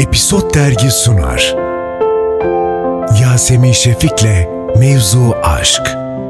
Episod Dergi sunar. Yasemin Şefik'le Mevzu Aşk.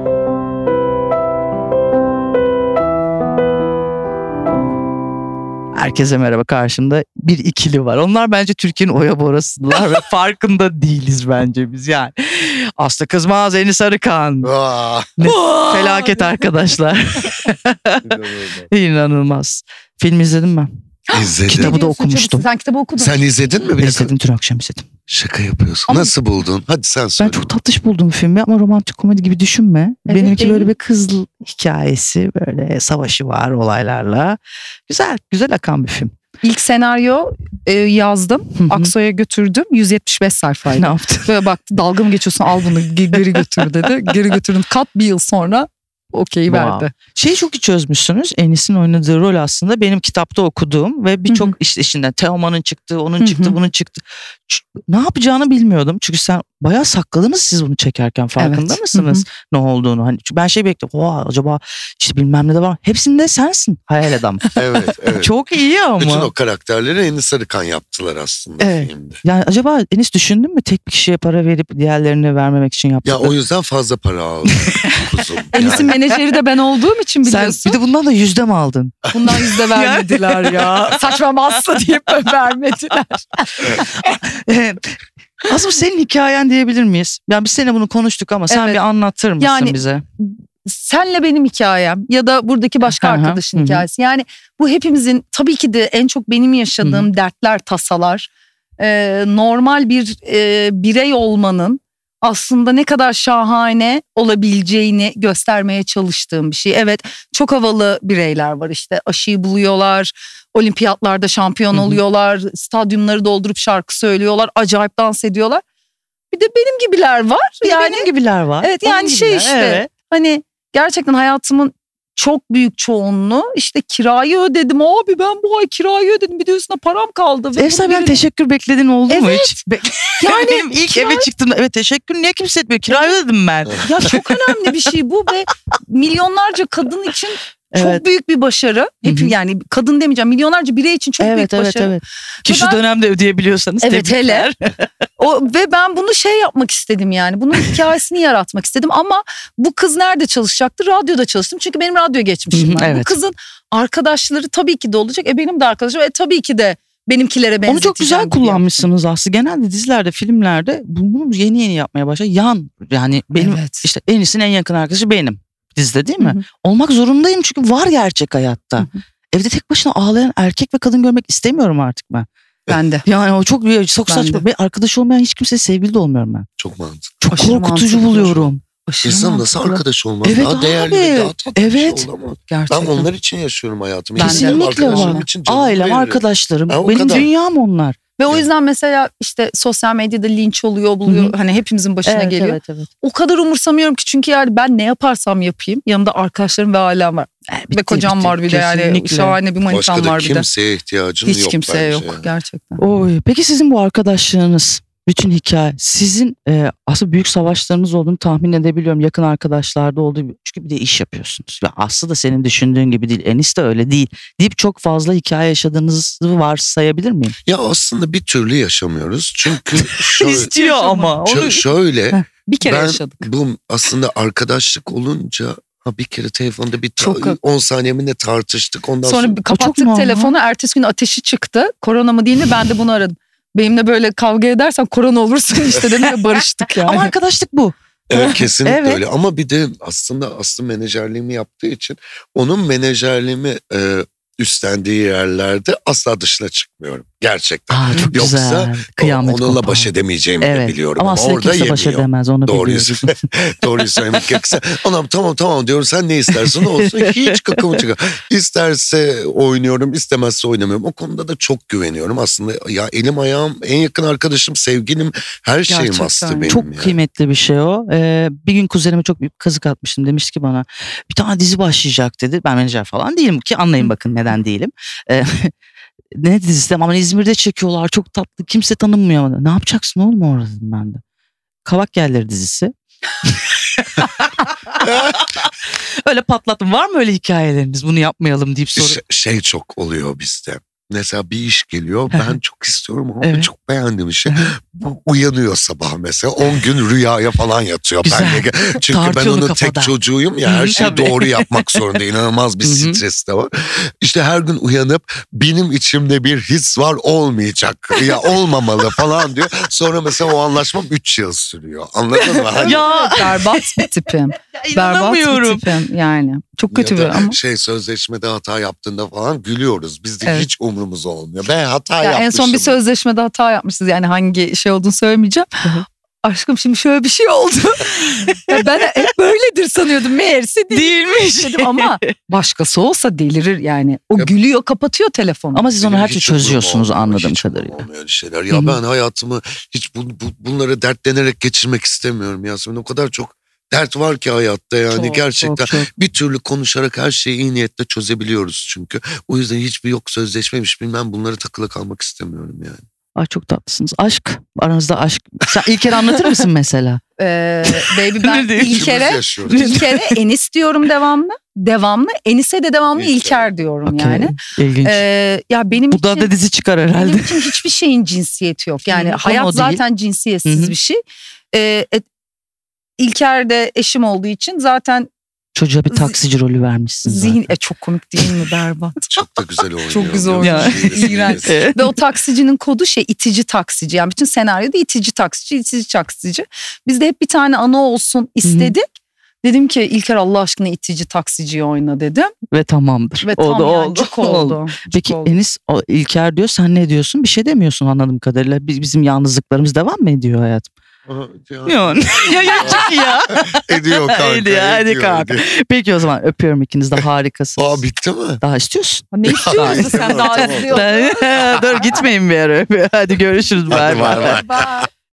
Herkese merhaba, karşımda bir ikili var. Onlar bence Türkiye'nin Oya Bora'sılar ve farkında değiliz bence biz yani. Aslı Kızmaz, Enis Arıkan. Ne felaket arkadaşlar. İnanılmaz. Film izledim ben. İzledim. Kitabı da okumuştum. Sen kitabı okudun. Sen izledin mi? İzledim, dün akşam izledim. Şaka yapıyorsun. Ama- Nasıl buldun? Hadi sen Ben söyle. çok tatlış buldum filmi ama romantik komedi gibi düşünme. Evet, Benimki değil. böyle bir kız hikayesi, böyle savaşı var olaylarla. Güzel, güzel akan bir film. İlk senaryo yazdım. Hı hı. Aksoy'a götürdüm. 175 sayfaydı. Ne yaptın? Böyle baktı, dalga mı geçiyorsun, al bunu geri götür dedi. Geri götürdüm. Kat bir yıl sonra okey verdi. Şeyi çok iyi çözmüşsünüz. Enis'in oynadığı rol aslında benim kitapta okuduğum ve birçok işte işinden Teoman'ın çıktığı, onun çıktı, bunun çıktı. Ne yapacağını bilmiyordum. Çünkü sen bayağı sakladınız siz bunu çekerken, farkında Evet. mısınız ne olduğunu? Hani çünkü ben şey bekliyorum. Oha, acaba işte bilmem ne de var. Hepsinde sensin hayal adam. Evet, evet. Çok iyi ama. Bütün o karakterleri Enis Arıkan yaptılar aslında Evet. filmde. Yani acaba Enis düşündün mü tek bir kişiye para verip diğerlerine vermemek için yaptı? Ya o yüzden fazla para aldım kuzum. Enis'in menajeri de ben olduğum için Sen biliyorsun. bir de bundan da %mi aldın? Bundan yüzde vermediler ya. Saçmalamazsa deyip vermediler. Aslında senin hikayen diyebilir miyiz? Yani biz seninle bunu konuştuk ama sen Evet. bir anlatır mısın Yani- bize? Senle benim hikayem ya da buradaki başka Hı hı, arkadaşın hı hı. hikayesi. Yani bu hepimizin, tabii ki de en çok benim yaşadığım dertler, tasalar. Normal bir birey olmanın aslında ne kadar şahane olabileceğini göstermeye çalıştığım bir şey. Evet, çok havalı bireyler var, işte aşıyı buluyorlar, olimpiyatlarda şampiyon Hı hı. oluyorlar, stadyumları doldurup şarkı söylüyorlar, acayip dans ediyorlar. Bir de benim gibiler var. Bir de Yani benim gibiler var. evet, Onun yani şey gibiler, işte evet. hani gerçekten hayatımın çok büyük çoğunluğu işte kirayı ödedim abi, ben bu ay kirayı ödedim, bir de üstüne param kaldı. Ve Ev bu sahibinden bir- teşekkür bekledin oldu mu Evet. hiç? Yani Benim ilk kira- eve çıktığımda evet teşekkür niye kimse etmiyor? Kirayı ödedim ben. Ya çok önemli bir şey bu ve milyonlarca kadın için çok Evet. büyük bir başarı. Hep Hı hı. yani kadın demeyeceğim, milyonlarca birey için çok büyük Evet evet başarı. evet. Ki Ve şu ben- dönemde ödeyebiliyorsanız Evet, tebrikler. Ve ben bunu şey yapmak istedim, yani bunun hikayesini yaratmak istedim ama bu kız nerede çalışacaktı? Radyoda çalıştım, çünkü benim radyo geçmişim Hı hı, var. evet. Bu kızın arkadaşları tabii ki de olacak. Benim de arkadaşım tabii ki de benimkilere benzeteceğim. Onu çok güzel gibi yaptım. kullanmışsınız aslında. Genelde dizilerde, filmlerde bunu yeni yeni yapmaya başladı. Yani benim Evet. işte Enis'in en yakın arkadaşı benim. Dizide değil mi? Hı hı. Olmak zorundayım çünkü var gerçek hayatta. Hı hı. Evde tek başına ağlayan erkek ve kadın görmek istemiyorum artık ben. Ben de. Yani o çok Ben saçma. de. Ve arkadaş olmayan hiç kimseye sevgili de olmuyorum ben. Çok mantıklı. Çok Aşırı korkutucu mantıklı. buluyorum. Aşırı İnsan nasıl mantıklı. arkadaş olmaz? Evet Daha değerli abi. ve daha tatlı bir Evet. şey olamaz. Gerçekten. Ben onlar için yaşıyorum hayatımı. Ben de. İnsanım, Kesinlikle arkadaşlarım var. için canımı Ailem, veririm. arkadaşlarım. Ha, o Benim kadar. dünyam onlar. Ve o yüzden mesela işte sosyal medyada linç oluyor, buluyor. Hı hı. Hani hepimizin başına geliyor. Evet, evet. O kadar umursamıyorum ki, çünkü yani ben ne yaparsam yapayım yanımda arkadaşlarım ve ailem var. Ve kocam var bir de, yani Kesinlikle. şahane bir manitam Başka da var bir de. kimseye ihtiyacın Hiç yok kimseye bence. yok gerçekten. Oy. Peki sizin bu arkadaşlığınız, bütün hikaye, sizin aslında büyük savaşlarınız olduğunu tahmin edebiliyorum. Yakın arkadaşlarda olduğu. Çünkü bir de iş yapıyorsunuz. Ve Aslı da senin düşündüğün gibi değil. Enis de öyle değil. Deyip çok fazla hikaye yaşadığınızı varsayabilir miyim? Ya aslında bir türlü yaşamıyoruz. Çünkü şöyle, İstiyor ama. şöyle Bir kere ben yaşadık. bu aslında arkadaşlık olunca bir kere telefonda Çok- 10 saniye mi ne tartıştık, ondan sonra Sonra bir kapattık normal. telefonu, ertesi gün ateşi çıktı. Korona mı değil mi, ben de bunu aradım. Benimle böyle kavga edersen korona olursun işte dedim ve barıştık yani. Ama arkadaşlık bu. evet, kesinlikle Evet. öyle. Ama bir de aslında Aslı menajerliğimi yaptığı için onun menajerliğimi üstlendiği yerlerde asla dışına çıkmıyorum. Gerçekten. Çok Yoksa güzel. Kıyamet onunla kopar. baş edemeyeceğimi de Evet. biliyorum. Ama Ama aslında orada kimse baş yemiyor. edemez, onu Doğruyu, biliyorum. doğruyu söylemek gerekirse. Anam tamam diyorum, sen ne istersen olsun, hiç kakımı çıkar. İsterse oynuyorum, istemezse oynamıyorum. O konuda da çok güveniyorum. Aslında ya elim ayağım, en yakın arkadaşım, sevgilim, her şeyim Gerçekten. Aslı benim. Çok ya. kıymetli bir şey o. Bir gün kuzenime çok büyük kazık atmıştım. Demişti ki bana bir tane dizi başlayacak dedi. Ben menajer falan değilim ki, anlayın bakın neden değilim. Ne dizisi ama İzmir'de çekiyorlar, çok tatlı, kimse tanınmıyor. Ne yapacaksın oğlum orada dedim ben de. Kavak Yerleri dizisi. Öyle patlattım. Var mı öyle hikayeleriniz, bunu yapmayalım deyip soru? Şey çok oluyor bizde. mesela bir iş geliyor. Ben çok istiyorum ama Evet. çok beğendim işi. Bu uyanıyor sabah mesela. 10 gün rüyaya falan yatıyor. Güzel. Çünkü ben Tartıyor onun onu tek kafada. çocuğuyum ya, her şeyi Tabii. doğru yapmak zorunda. İnanılmaz bir Hı hı. stres de var. İşte her gün uyanıp benim içimde bir his var, olmayacak. Ya olmamalı falan diyor. Sonra mesela o anlaşmam 3 yıl sürüyor. Anladın mı? Hani Ya Berbat bir tipim. Berbat bir inanamıyorum. tipim yani. Çok kötü ya bir da ama. sözleşmede hata yaptığında falan gülüyoruz. Bizde Evet. hiç umurumuz olmuyor. Ben hata Ya en yapmışım. son bir sözleşmede hata yapmışız, yani hangi şey olduğunu söylemeyeceğim. Aşkım şimdi şöyle bir şey oldu. Ya ben hep böyledir sanıyordum, meğerse değil. Değilmiş. Dedim ama başkası olsa delirir yani. O Ya- gülüyor, kapatıyor telefonu. Ama siz onu Benim her türlü hiç umurumda çözüyorsunuz olmuyor, anladığım hiç umurumda kadarıyla. olmayan şeyler. Ya Hı hı. ben hayatımı hiç bunları dertlenerek geçirmek istemiyorum Yasemin. O kadar çok dert var ki hayatta yani Çok, gerçekten. çok. Bir türlü konuşarak her şeyi iyi niyetle çözebiliyoruz çünkü. O yüzden hiçbir yok sözleşmemiş bilmem bunlara takılı kalmak istemiyorum yani. Ay çok tatlısınız. Aşk. Aranızda aşk. Sen İlker anlatır mısın mesela? Baby ben Ne diyeyim? İkimiz yaşıyoruz. İlker'e Enis diyorum devamlı. Devamlı. Enis'e de devamlı İlker. İlker diyorum Okey, yani. İlginç. Ya benim Bu da için... dizi çıkar Benim herhalde. için hiçbir şeyin cinsiyeti yok. Yani Hı, hayat ama o değil. zaten cinsiyetsiz Hı hı. bir şey. İlker de eşim olduğu için zaten Çocuğa bir taksici rolü vermişsin zihin... zaten. çok komik değil mi, berbat? Çok da güzel oynuyor. Çok güzel biliyor musun? oynuyor. Şiir İğrenç. esprisi. Ve o taksicinin kodu itici taksici. Yani bütün senaryoda itici taksici. Biz de hep bir tane ana olsun istedik. Dedim ki İlker Allah aşkına itici taksiciyi oyna dedim. Ve tamamdır. Ve oldu tam yani oldu. cuk oldu. Peki Cuk oldu. Enis İlker diyor, sen ne diyorsun? Bir şey demiyorsun anladığım kadarıyla. Bizim yalnızlıklarımız devam mı ediyor hayatım? Aha, Yok. ya çok iyi ya. Ediyor kanka. Hadi ya, hadi ediyor, kanka. ediyor. Peki o zaman öpüyorum, ikiniz de harikasınız. Aa bitti mi? Daha istiyorsun. Ne istiyorsun sen daha Tamam. izliyorsun? Dur gitmeyin bir yere. Hadi görüşürüz. Hadi Bay bay. bay bay. Bye.